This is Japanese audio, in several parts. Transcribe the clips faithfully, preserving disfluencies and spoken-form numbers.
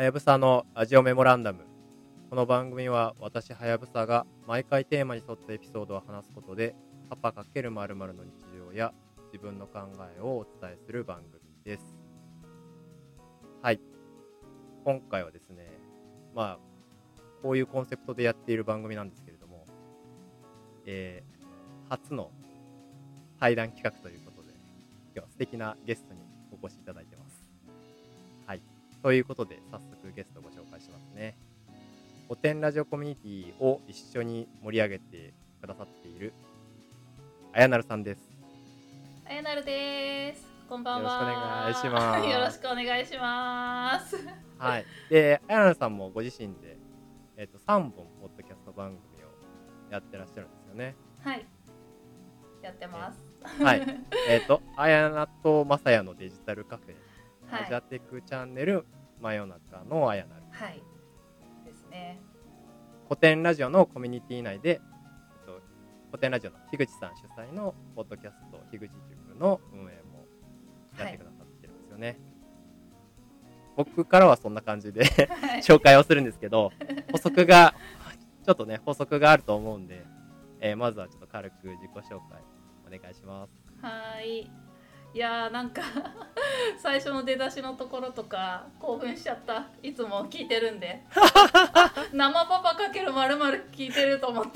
はやぶさのラジオメモランダム。この番組は私はやぶさが毎回テーマに沿ったエピソードを話すことでパパ×まるまるの日常や自分の考えをお伝えする番組です。はい。今回はですね、まあ、こういうコンセプトでやっている番組なんですけれども、えー、初の対談企画ということで、今日は素敵なゲストにお越しいただいてます。はい。ということで、早速ゲストをご紹介しますね。古典ラジオコミュニティを一緒に盛り上げてくださっているあやなるさんです。 あやなるです。こんばんは。 よろしくお願いします。 よろしくお願いします。 はい。で、あやなるさんもご自身で、えっと、さんぼんポッドキャスト番組をやってらっしゃるんですよね。 はい。やってます。 はい。えっと、あやなとまさやのデジタルカフェ、 はい、 アジャテクチャンネル真夜中のあやなる。 はい。ですね。 古典ラジオのコミュニティ内で、えっと、古典ラジオの樋口さん主催のポッドキャスト樋口塾の運営もやってくださってるんですよね。はい、僕からはそんな感じで紹介をするんですけど、補足がちょっとね補足があると思うんで、えー、まずはちょっと軽く自己紹介お願いします。 はい。いやーなんか最初の出だしのところとか興奮しちゃった。いつも聞いてるんであ、生パパ×まるまる聞いてると思って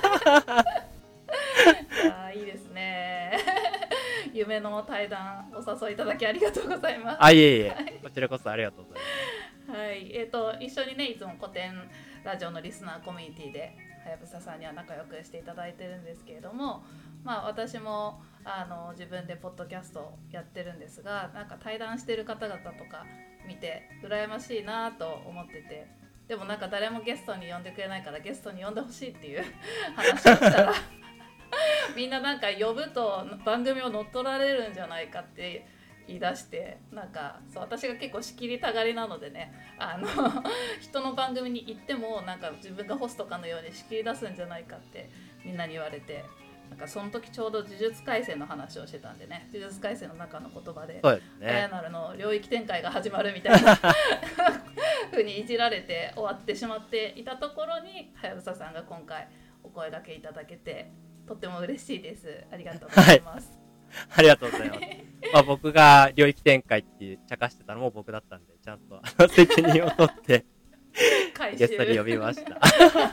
いやーいいですね夢の対談お誘いいただきありがとうございます。 あ、いえいえ、こちらこそありがとうございますはい、えーと一緒にねいつも古典ラジオのリスナーコミュニティではやぶささんには仲良くしていただいてるんですけれども、まあ私もあの自分でポッドキャストをやってるんですが、なんか対談してる方々とか見て羨ましいなと思ってて、でもなんか誰もゲストに呼んでくれないからゲストに呼んでほしいっていう話をしたらみんななんか呼ぶと番組を乗っ取られるんじゃないかって言い出して、なんかそう私が結構仕切りたがりなのでね、あの人の番組に行ってもなんか自分がホストかのように仕切り出すんじゃないかってみんなに言われて、なんかその時ちょうど呪術廻戦の話をしてたんでね、呪術廻戦の中の言葉であやなるの領域展開が始まるみたいな風にいじられて終わってしまっていたところにはやぶささんが今回お声掛けいただけてとっても嬉しいです。ありがとうございます。 はい、ありがとうございます。まあ僕が領域展開って茶化してたのも僕だったんで、ちゃんと責任を取ってゲストに呼びました。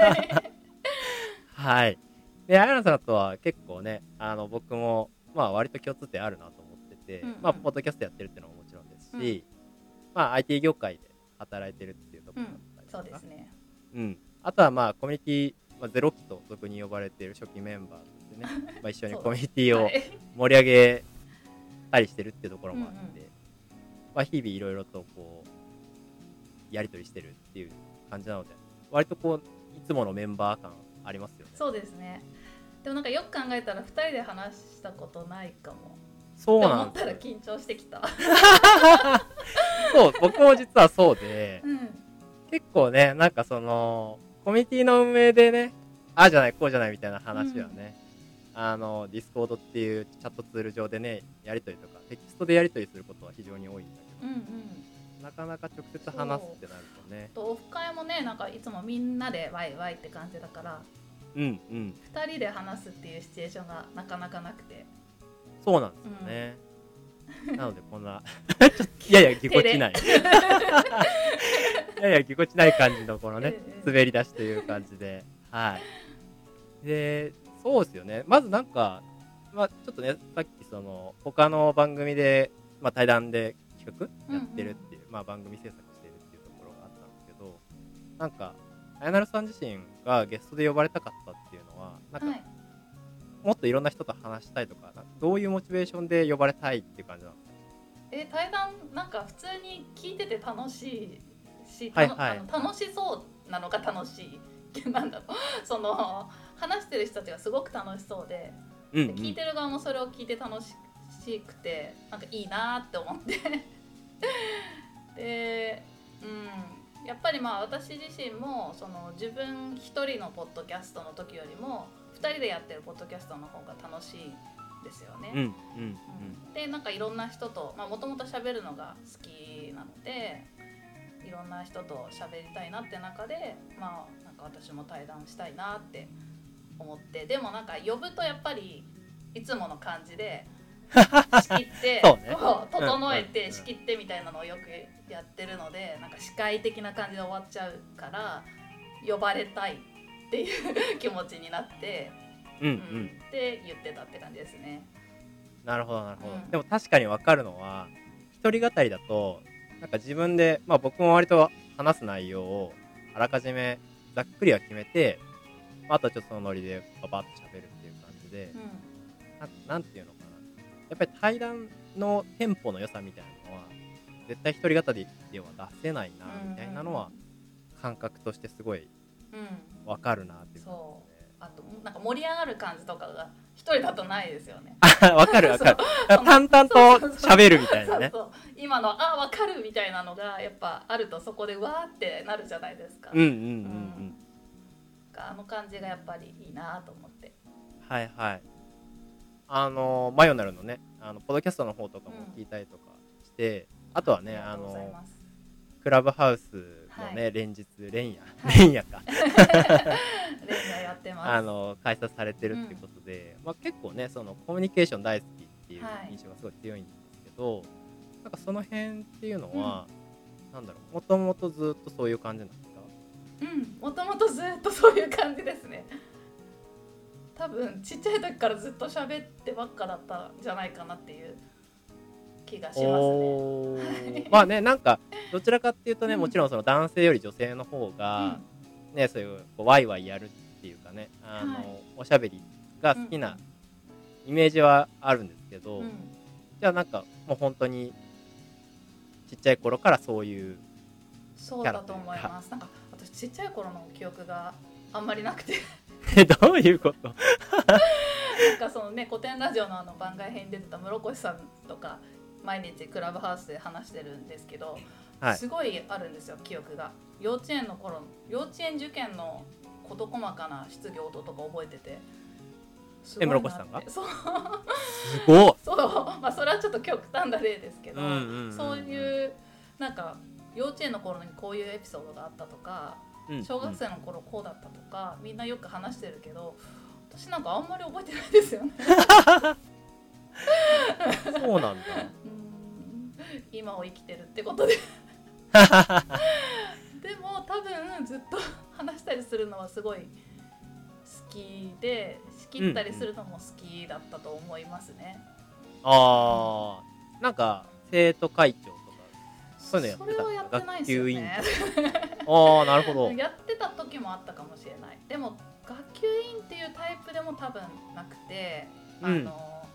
はい。で、あやなさんとは結構ね、あの僕もまあ割と共通点あるなと思ってて、うんうん、まあポッドキャストやってるっていうのももちろんですし、うん、まあ アイティー 業界で働いてるっていうところだったりとか、うん、そうですね。うん。あとはまあコミュニティ、まあ、ゼロ期と俗に呼ばれている初期メンバーとしてね、まあ一緒にコミュニティを盛り上げたりしてるっていうところもあって、うんうん、まあ日々いろいろとこうやり取りしてるっていう感じなので、割とこういつものメンバー感ありますよね。 そうですね。でもなんかよく考えたらふたりで話したことないかも。 そうなんです。って思ったら緊張してきた。 そう、僕も実はそうで、 うん、 結構ね、なんかそのコミュニティの運営でね、ああじゃないこうじゃないみたいな話はね、うん、あのディスコードっていうチャットツール上でねやり取りとかテキストでやり取りすることは非常に多いんだけど、うんうん、なかなか直接話すってなるとね。 とオフ会もね、なんかいつもみんなでワイワイって感じだから、 うんうん、 ふたりで話すっていうシチュエーションがなかなかなくて。 そうなんですよね、うん、なのでこんなちょっとややぎこちないややぎこちない感じのこのね滑り出しという感じで、はい。で、そうですよね。まずなんか、まあ、ちょっとね、さっきその他の番組で、まあ、対談で企画やってるっていう、うんうん、まあ、番組制作してるっていうところがあったんですけど、なんかあやなるさん自身がゲストで呼ばれたかったっていうのは、なんか、はい、もっといろんな人と話したいとか、どういうモチベーションで呼ばれたいっていう感じなんですか？ え、対談なんか普通に聞いてて楽しいし、 はいはい、 あの楽しそうなのが楽しいなんだろうその話してる人たちがすごく楽しそうで、うんうん、で聞いてる側もそれを聞いて楽しくてなんかいいなって思ってで、うん、やっぱりまあ私自身もその自分一人のポッドキャストの時よりもふたりでやってるポッドキャストの方が楽しいですよね。うんうんうん、でなんかいろんな人ともともと喋るのが好きなので、 いろんな人と喋りたいなって中で、まあなんか私も対談したいなって思って、でもなんか呼ぶとやっぱりいつもの感じで仕切ってそうね、 整えうんうんうんて仕切ってみたいなのをよくやってるので、なんか司会的な感じで終わっちゃうから呼ばれたいっていう気持ちになって、 うんううんん、って言ってたって感じですね。 なるほどなるほど、 うんでも確かに分かるのは一人語りだとなんか自分で、まあ僕も割と話す内容をあらかじめざっくりは決めて、まあ、あとはちょっとそのノリでババッと喋るっていう感じで、 うんななんていうのかな、やっぱり対談のテンポの良さみたいなのは絶対一人語りでは出せないなみたいなのは感覚としてすごいうん分かるなっていう感そじですね。 う、あとなんか盛り上がる感じとかが一人だとないですよね。 あ分かる分かるそう淡々と喋るみたいなね。 そうそう今のあ分かるみたいなのがやっぱあるとそこでわーってなるじゃないですか。 うんうんうんうん、 うんあの感じがやっぱりいいなと思って。 はいはい。あのマヨナルのね、あのポッドキャストの方とかも聞いたりとかして、うん、あとはね、あのクラブハウスのね、はい、連日連夜、はい、連夜か連夜やってます。 あの開催されてるっていうことで、うん、まあ、結構ねそのコミュニケーション大好きっていう印象がすごい強いんですけど、はい、なんかその辺っていうのは、うん、なんだろう、もともとずっとそういう感じなんですか？ うん、もともとずっとそういう感じですね。多分ちっちゃい時からずっと喋ってばっかだったんじゃないかなっていう気がしますね。 まあね、なんかどちらかっていうとね、うん、もちろんその男性より女性の方が、うん、ね、そういうこうワイワイやるっていうかね、あの、はい、おしゃべりが好きなイメージはあるんですけど、うん、じゃあなんかもう本当にちっちゃい頃からそういうキャラというか。そうだと思います。なんか私ちっちゃい頃の記憶があんまりなくてどういうことなんかそのね、古典ラジオのあの番外編に出てた室越さんとか毎日クラブハウスで話してるんですけど、はい、すごいあるんですよ記憶が。幼稚園の頃、幼稚園受験の事細かな質疑応答とか覚えてて、 すごいなって。え、室越さんが？ そうすごい。 そう、まあそれはちょっと極端な例ですけど、うんうんうんうん、そういうなんか幼稚園の頃にこういうエピソードがあったとか、小学生の頃こうだったとか、うんうん、みんなよく話してるけど私なんかあんまり覚えてないですよねそうなんだ。 うん今を生きてるってことででも多分ずっと話したりするのはすごい好きで、仕切ったりするのも好きだったと思いますね。 うんうん、あー、なんか生徒会長とかそういうのやってたんですか？ それはやってないですよねああ、なるほど。 やってた時もあったかもしれない。でも学級委員っていうタイプでも多分なくて、あの、うん、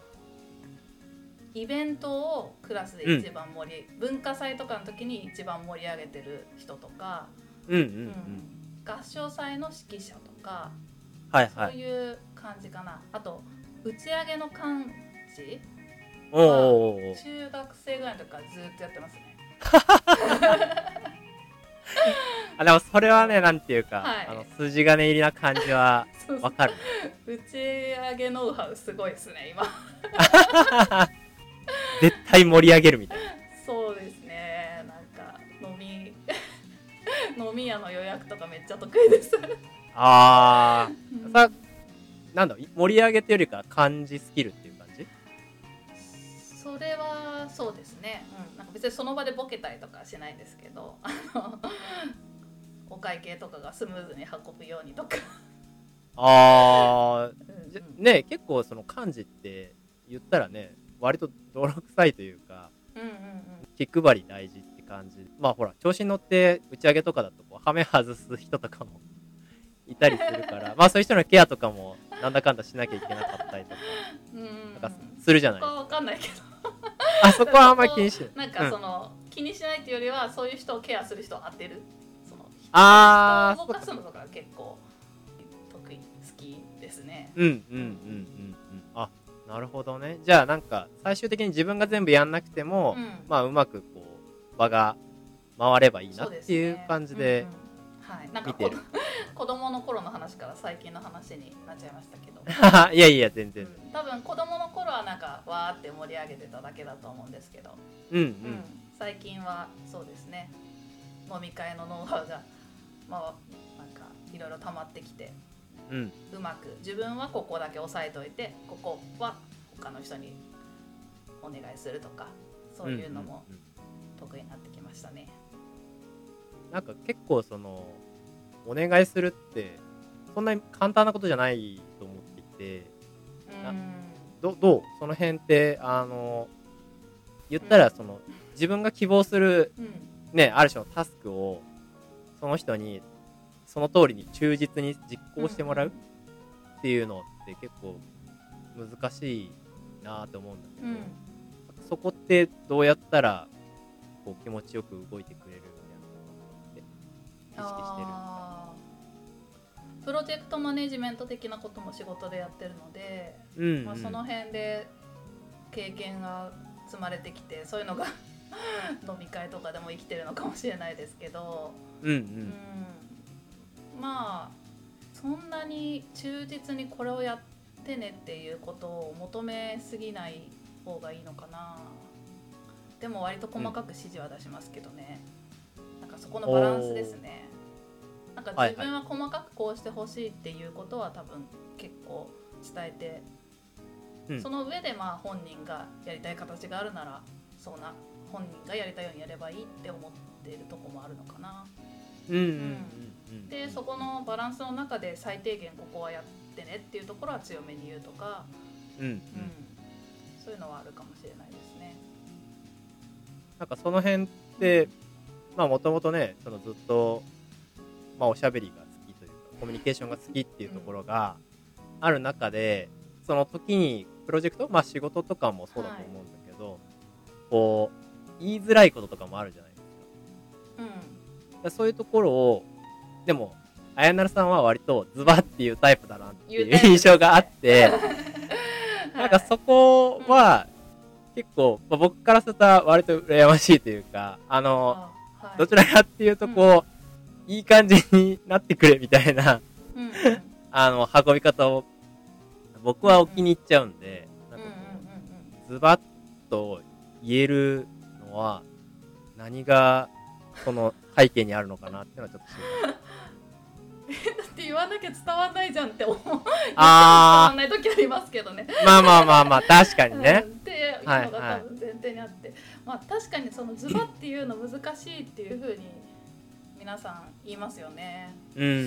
イベントをクラスで一番盛り、うん、文化祭とかの時に一番盛り上げてる人とか、 うんうんうんうん、合唱祭の指揮者とか、 はいはい、 そういう感じかな。あと打ち上げの幹事は中学生ぐらいの時からずっとやってますねあ、でもそれはね、なんていうか、 はい、 あの筋金入りな感じはわかる。 打ち上げノウハウすごいですね今絶対盛り上げるみたいな。 そうですね、なんか飲み飲み屋の予約とかめっちゃ得意ですあー、うん、さなんだ盛り上げってよりか漢字スキルっていう感じ？ それはそうですね、うん、なんか別にその場でボケたりとかはしないですけど、あのお会計とかがスムーズに運ぶようにとかあー、うんうん、ね、結構その漢字って言ったらね割と泥臭いというか、 うんうんうん、 気配り大事って感じ。まあほら調子に乗って打ち上げとかだとこうハメ外す人とかもいたりするからまあそういう人のケアとかもなんだかんだしなきゃいけなかったりとかなんかするじゃないですか。 そこは分かんないけどあそこはあんまり気にしない。なんかその、うん、気にしないっていうよりはそういう人をケアする人を当てる、そのあ人を動かすのとか結構得意、好きですね。 うんうんうんうんうん。あ、なるほどね。じゃあなんか最終的に自分が全部やんなくても、うん、まあうまくこう場が回ればいいなっていう感じで見てる。 子供の頃の話から最近の話になっちゃいましたけどいやいや全然、うん、 多分子供の頃はなんかわーって盛り上げてただけだと思うんですけど、 うんうん、うん、 最近はそうですね、 飲み会のノウハウがまあなんかいろいろ溜まってきて、 うん、 うまく自分はここだけ押さえといてここは他の人にお願いするとかそういうのも得意になってきましたね。 うんうん、なんか結構そのお願いするってそんなに簡単なことじゃないと思っていて、 うんど, どうその辺ってあの言ったらその、うん、自分が希望する、うんね、ある種のタスクをその人にその通りに忠実に実行してもらうっていうのって結構難しいなと思うんだけど、うん、そこってどうやったらこう気持ちよく動いてくれるみたいなことって意識してるんですか？ プロジェクトマネジメント的なことも仕事でやってるので、うんうん、まあ、その辺で経験が積まれてきてそういうのが飲み会とかでも生きてるのかもしれないですけど、うんうんうん、まあそんなに忠実にこれをやってねっていうことを求めすぎない方がいいのかな。でも割と細かく指示は出しますけどね、うん、なんかそこのバランスですね。なんか自分は細かくこうしてほしいっていうことは多分結構伝えて、うん、その上でまあ本人がやりたい形があるならそうな本人がやりたいようにやればいいって思っているとこもあるのかな。うんうんうんうん、でそこのバランスの中で最低限ここはやってねっていうところは強めに言うとか、うんうん、そういうのはあるかもしれないですね。 なんかその辺ってまあもともとねそのずっと、まあ、おしゃべりが好きというかコミュニケーションが好きっていうところがある中で、その時にプロジェクト、まあ仕事とかもそうだと思うんだけど、はい、こう言いづらいこととかもあるじゃないですか。うん、そういうところをでもあやなるさんは割とズバッっていうタイプだなっていう印象があって、はい、なんかそこは結構、まあ、僕からすると割と羨ましいというか、あのあ、はい、どちらかっていうとこう、うん、いい感じになってくれみたいな、うんうん、あの運び方を僕はお気に入っちゃうんで、なんかこうズバッと言えるのは何がその背景にあるのかなっていうのはちょっと知りたい。 だって言わなきゃ伝わんないじゃんって思う。言っても伝わんない時ありますけどね。 まあまあまあまあ確かにね。 うん、っていうのが多分前提にあって、はいはい、まあ確かにそのズバっていうの難しいっていう風に皆さん言いますよね。うんうん。うん。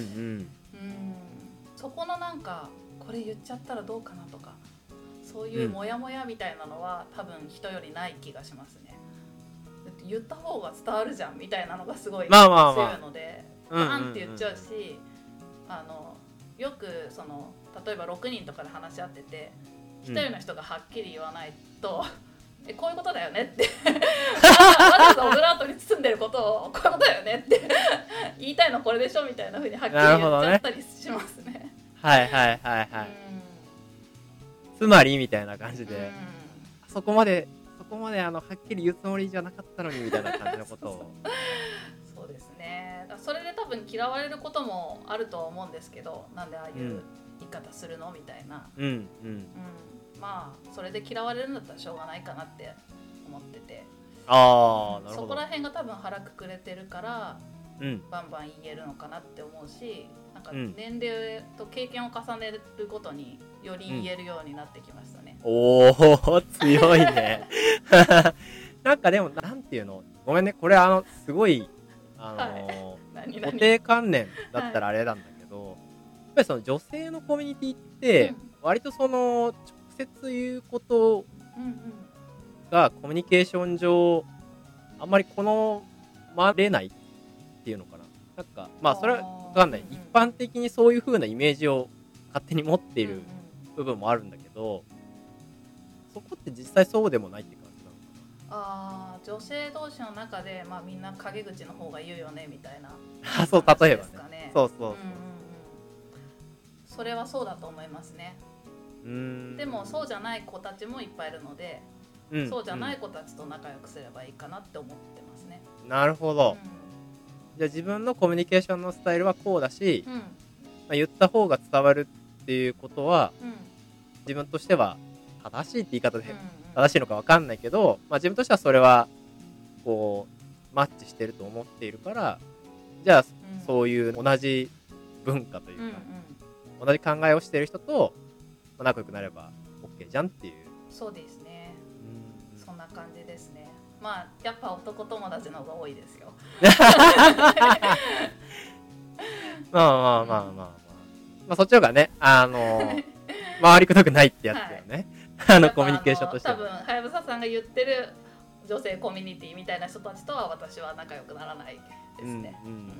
そこのなんかこれ言っちゃったらどうかなとか、そういうモヤモヤみたいなのは、うん、多分人よりない気がしますね。だって言った方が伝わるじゃんみたいなのがすごい強いので、バーンって言っちゃうし、あのよくその例えばろくにんとかで話し合っててひとりの人がはっきり言わないと、うん、えこういうことだよねってわざわざオブラートに包んでることをこういうことだよねって言いたいのこれでしょみたいな風にはっきり言っちゃったりしますね。ねはいはいはいはい、うん、つまりみたいな感じで、うん、そこまでそこまであのはっきり言うつもりじゃなかったのにみたいな感じのことをそうそうですね。それで多分嫌われることもあるとは思うんですけど、なんでああいう言い方するのみたいな、うんうんうん、まあそれで嫌われるんだったらしょうがないかなって思ってて、あ、うん、なるほど。そこら辺が多分腹くくれてるから、うん、バンバン言えるのかなって思うし、なんか年齢と経験を重ねるごとにより言えるようになってきましたね、うん、 おー強いねなんかでもなんていうの、ごめんねこれあのすごいあのーはい、何々固定観念だったらあれなんだけど、はい、やっぱりその女性のコミュニティって割とその直接言うことがコミュニケーション上あんまり好まれないっていうのかな。なんかまあそれは分かんない、一般的にそういう風なイメージを勝手に持っている部分もあるんだけど、そこって実際そうでもないって感じなのかな。 あ、女性同士の中で、まあ、みんな陰口の方が言うよねみたいな、 あ、そう例えばね、そうそうそう、うんうんうん、 それはそうだと思いますね。うーん、でもそうじゃない子たちもいっぱいいるので、うん、そうじゃない子たちと仲良くすればいいかなって思ってますね。 なるほど、うん、じゃあ自分のコミュニケーションのスタイルはこうだし、うん、まあ、言った方が伝わるっていうことは、うん、自分としては正しいって言い方で正しいのか分かんないけど、まあ、自分としてはそれはこうマッチしてると思っているから、じゃあ、 うんそういう同じ文化といううんか、 うん、 同じ考えをしている人と、まあ、仲良くなれば OK じゃんっていう。 そうですね。 うんそんな感じですね。まあやっぱ男友達の方が多いですよ。 まあまあまあまあまあ、まあそっちの方がね、あのー、回りくどくないってやつだよね。はい、あのコミュニケーションとして多分はやぶささんが言ってる女性コミュニティみたいな人たちとは私は仲良くならないですね。 うんうんうんうん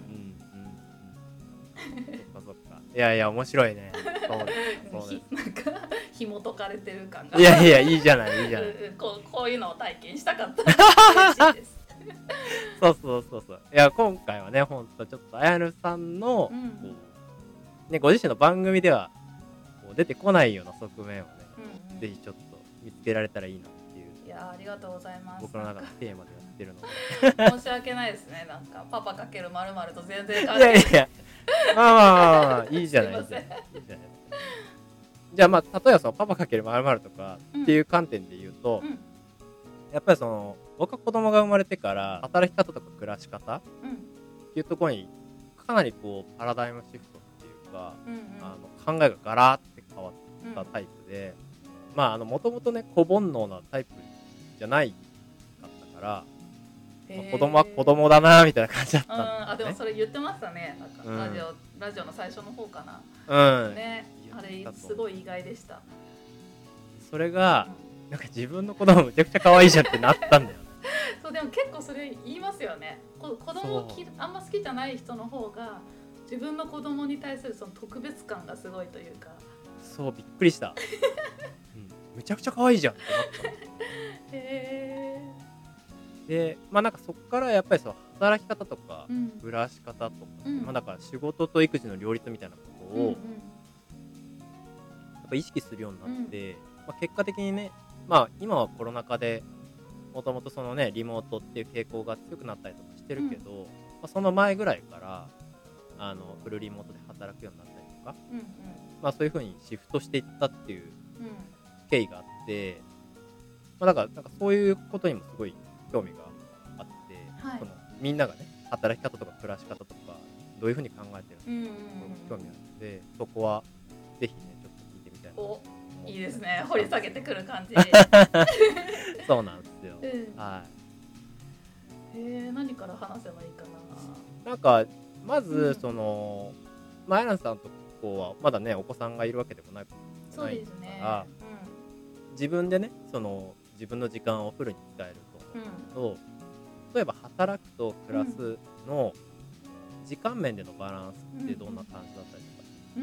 うん。そっかそっか。いやいや面白いね。そうですそうです。 なんか紐解かれてる感が。 いやいやいいじゃないいいじゃない。 こうこういうのを体験したかった。嬉しいです。 そうそうそうそう。いや今回はねほんとちょっとあやぬさんの、 うんこうねご自身の番組ではこう出てこないような側面をね、 うんうん、 ぜひちょっと見つけられたらいいなっていう。 いやありがとうございます。 僕の中のテーマでやってるので。 申し訳ないですね。なんかパパかけるまるまると全然関係ない。 いやいや。まあまあまあまあいいじゃないいいじゃないいいじゃない。じゃあまあ例えばそのパパかけるまるまるとかっていう観点で言うと、 うん、 やっぱりその僕は子供が生まれてから働き方とか暮らし方っうんていうところにかなりこうパラダイムシフトっていうか、 うんうん、 あの考えがガラーって変わったタイプで、うん、まああのもともとね小煩悩なタイプじゃないかったから、まあ、子供は子供だなみたいな感じだったんだ、ね、 うん、あでもそれ言ってましたね。なんかラジオ、うん、ラジオの最初の方かな。うん。 ね、あれすごい意外でした。 それが、うん、なんか自分の子供むちゃくちゃ可愛いじゃんってなったんだよね。 そうでも結構それ言いますよね。子供をきあんま好きじゃない人の方が自分の子供に対するその特別感がすごいというか。 そうびっくりした。うん、むちゃくちゃ可愛いじゃんってなった。 へー。でまあなんかそこからやっぱりそう働き方とか、 うん、 暮らし方とか、 うんまあだから仕事と育児の両立みたいなことを、うんうん、やっぱ意識するようになって、うんまあ、結果的にねまあ今はコロナ禍でもともとそのねリモートっていう傾向が強くなったりとかしてるけど、うんまあ、その前ぐらいからあのフルリモートで働くようになったりとか、うんうんまあ、そういう風にシフトしていったっていう経緯があって、まあ、だからなんかそういうことにもすごい興味があって、はい、そのみんながね働き方とか暮らし方とかどういう風に考えてるのか興味あるので、そこはぜひねちょっと聞いてみたいなと思って。 いいですね、掘り下げてくる感じ。 そうなんですよ、 うん、 はい。 えー、何から話せばいいかな。なんかまず、うん、そのまあアイランさんとこはまだねお子さんがいるわけでもないから、 そうですね、 うん、自分でねその自分の時間をフルに使えると思うと、うん、例えば働くと暮らすの時間面でのバランスってどんな感じだったりとか、 うん、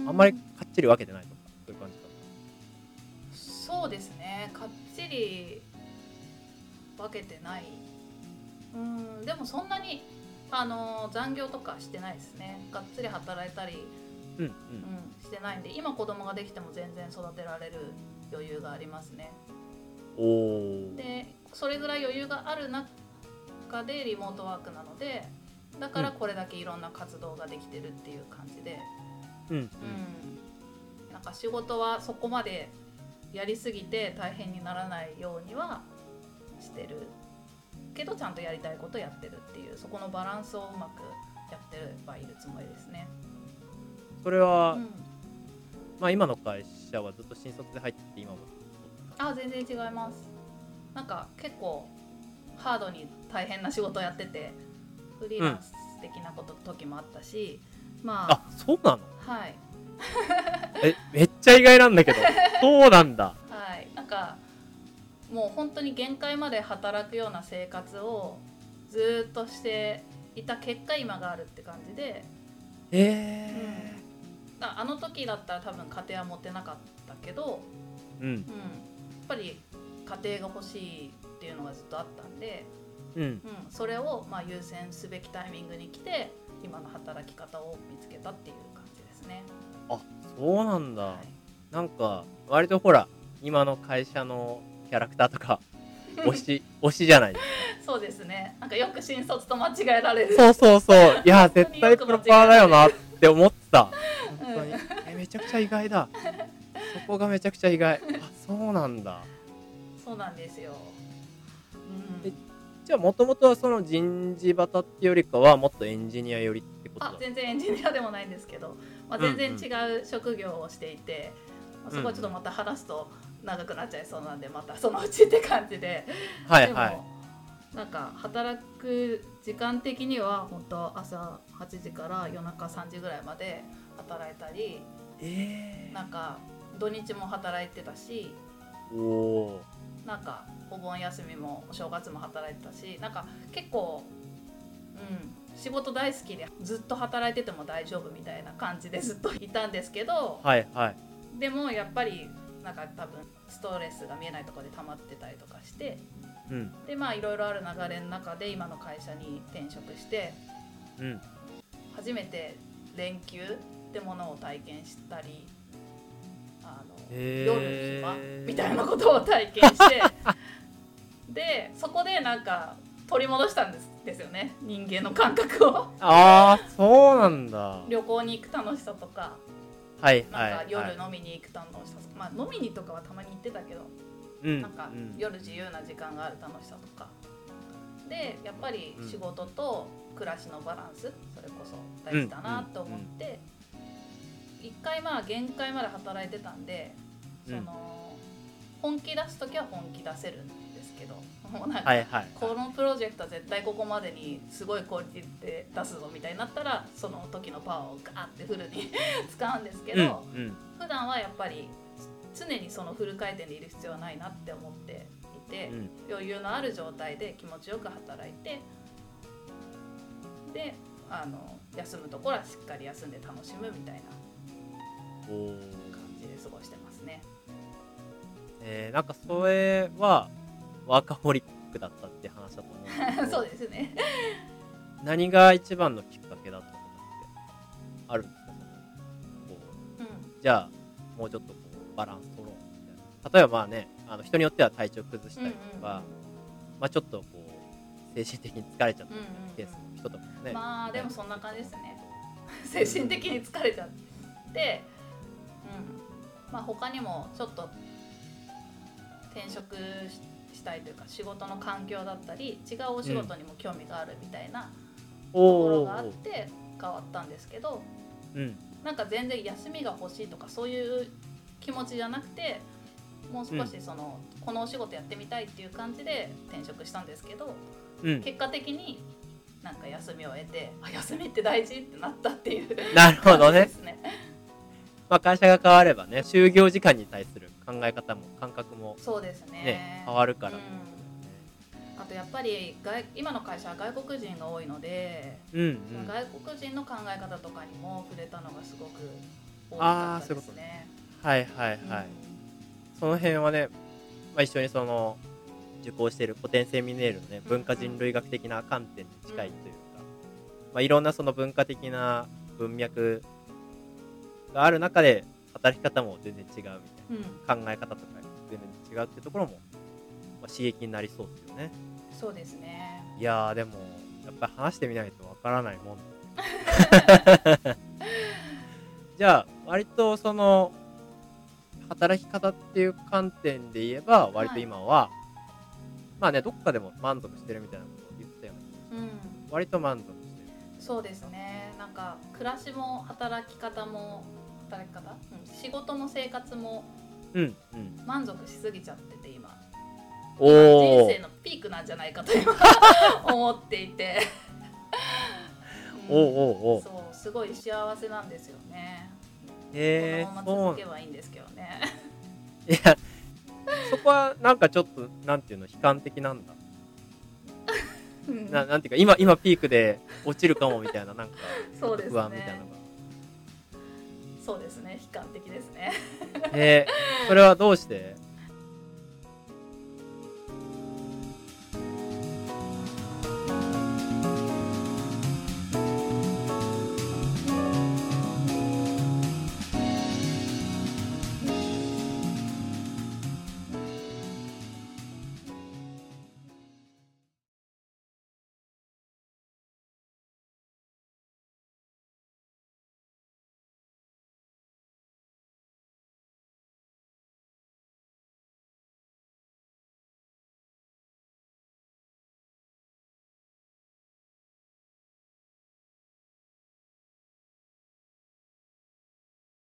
あんまりかっちり分けてないとかそういう感じかな。そうですね、かっちり分けてない。うん、でもそんなにあの残業とかしてないですね。がっつり働いたり、 うんうんうん、 してないんで、今子供ができても全然育てられる余裕がありますね。 おでそれぐらい余裕がある中でリモートワークなので、だからこれだけいろんな活動ができてるっていう感じで、 うんうんうん、なんか仕事はそこまでやりすぎて大変にならないようにはしてるけど、ちゃんとやりたいことやってるっていう、そこのバランスをうまくやってはいるつもりですね。 それは、 うん、 まあ今の会社はずっと新卒で入ってて今もあ全然違います。なんか結構ハードに大変な仕事をやってて、フリーランス的なこと、うん、時もあったし、まああそうなの。 はいえめっちゃ意外なんだけどそうなんだ。 はい、なんかもう本当に限界まで働くような生活をずっとしていた結果今があるって感じで、 えーうん、あの時だったら多分家庭は持てなかったけど、 うんうん、やっぱり家庭が欲しいっていうのがずっとあったんで、 うんうん、 それをまあ優先すべきタイミングに来て今の働き方を見つけたっていう感じですね。 あそうなんだ、 はい、 なんか割とほら今の会社のキャラクターとか推し推しじゃないですか。 そうですね、なんかよく新卒と間違えられる。 そうそうそういや絶対プロパーだよなって思ってた本当に、うん、えめちゃくちゃ意外だそこがめちゃくちゃ意外。あそうなんだ。 そうなんですよ、 うん、でじゃあもともとはその人事旗ってよりかはもっとエンジニア寄りってことだ。 あ、全然エンジニアでもないんですけど、まあ、全然違う職業をしていて、うんうん、そこはちょっとまた話すと長くなっちゃいそうなんで、またそのうちって感じで。 はいはい。 でもなんか働く時間的には本当朝はちじから夜中さんじぐらいまで働いたり、 えー、 なんか土日も働いてたし、 おなんかお盆休みもお正月も働いてたし、なんか結構、うん、仕事大好きでずっと働いてても大丈夫みたいな感じでずっといたんですけど、 はいはい。 でもやっぱりなんか多分ストレスが見えないところで溜まってたりとかして、 うん、 でまあいろいろある流れの中で今の会社に転職して、 うん、 初めて連休ってものを体験したり、あの夜暇みたいなことを体験してでそこでなんか取り戻したんですですよね、人間の感覚をああそうなんだ。 旅行に行く楽しさとか、 はいはい、 なんか夜飲みに行く楽しさとか、まあ飲みにとかはたまに行ってたけど、 うん、 なんか夜自由な時間がある楽しさとかで、やっぱり仕事と暮らしのバランス、それこそ大事だなと思って、一回まあ限界まで働いてたんで、その本気出すときは本気出せるんですけど、もうなんかこのプロジェクトは絶対ここまでにすごいクオリティで出すぞみたいになったら、その時のパワーをガーってフルに使うんですけど、 うんうん、 普段はやっぱり常にそのフル回転でいる必要はないなって思っていて、うん、余裕のある状態で気持ちよく働いて、であの休むところはしっかり休んで楽しむみたいな感じで過ごしてますね。 えー、なんかそれはワーカホリックだったって話だと思うんですけどそうですね。 何が一番のきっかけだったのかってあるんですか？こう、うん、じゃあもうちょっとこうバランス取ろうみたいな。例えばまあね、あの人によっては体調崩したりとか、うんうんうん、まあ、ちょっとこう精神的に疲れちゃったみたいなケースの人とかもね、うんうんうん、 まあでもそんな感じですね。精神的に疲れちゃって、うん、まあ他にもちょっと転職したいというか仕事の環境だったり違うお仕事にも興味があるみたいなところがあって変わったんですけど、 うん、 なんか全然休みが欲しいとかそういう気持ちじゃなくて、もう少しその、うん、このお仕事やってみたいっていう感じで転職したんですけど、うん、結果的になんか休みを得て、あ、休みって大事ってなったっていうなるほどね。ですね。まあ会社が変わればね、就業時間に対する考え方も感覚も、ね、 そうですね、 変わるから、うん、 あとやっぱり外今の会社は外国人が多いので、うんうん、外国人の考え方とかにも触れたのがすごく多かったですね。 はいはいはい、うん、その辺はね、まあ、一緒にその受講している古典セミネールのね、文化人類学的な観点に近いというか、うんうん、まあ、いろんなその文化的な文脈がある中で働き方も全然違うみたいな、うん、考え方とか全然違うっていうところも、まあ、刺激になりそうですよね。 そうですね。 いやーでもやっぱり話してみないとわからないもんじゃあ割とその働き方っていう観点で言えば割と今は、はい、まあねどっかでも満足してるみたいなことを言ってたよね、うん、割と満足してる。 そうですね。なんか暮らしも働き方も働き方、うん、仕事も生活も満足しすぎちゃってて今、うんうん、今人生のピークなんじゃないかと今思っていてうん、おうおうおう、 そうすごい幸せなんですよね。 へー、 このまま続けばいいんですけどねいやそこはなんかちょっとなんていうの悲観的なんだな, なんていうか 今, 今ピークで落ちるかもみたいななんかそうですね、 不安みたいなのが。 そうですね、悲観的ですねえー、それはどうして？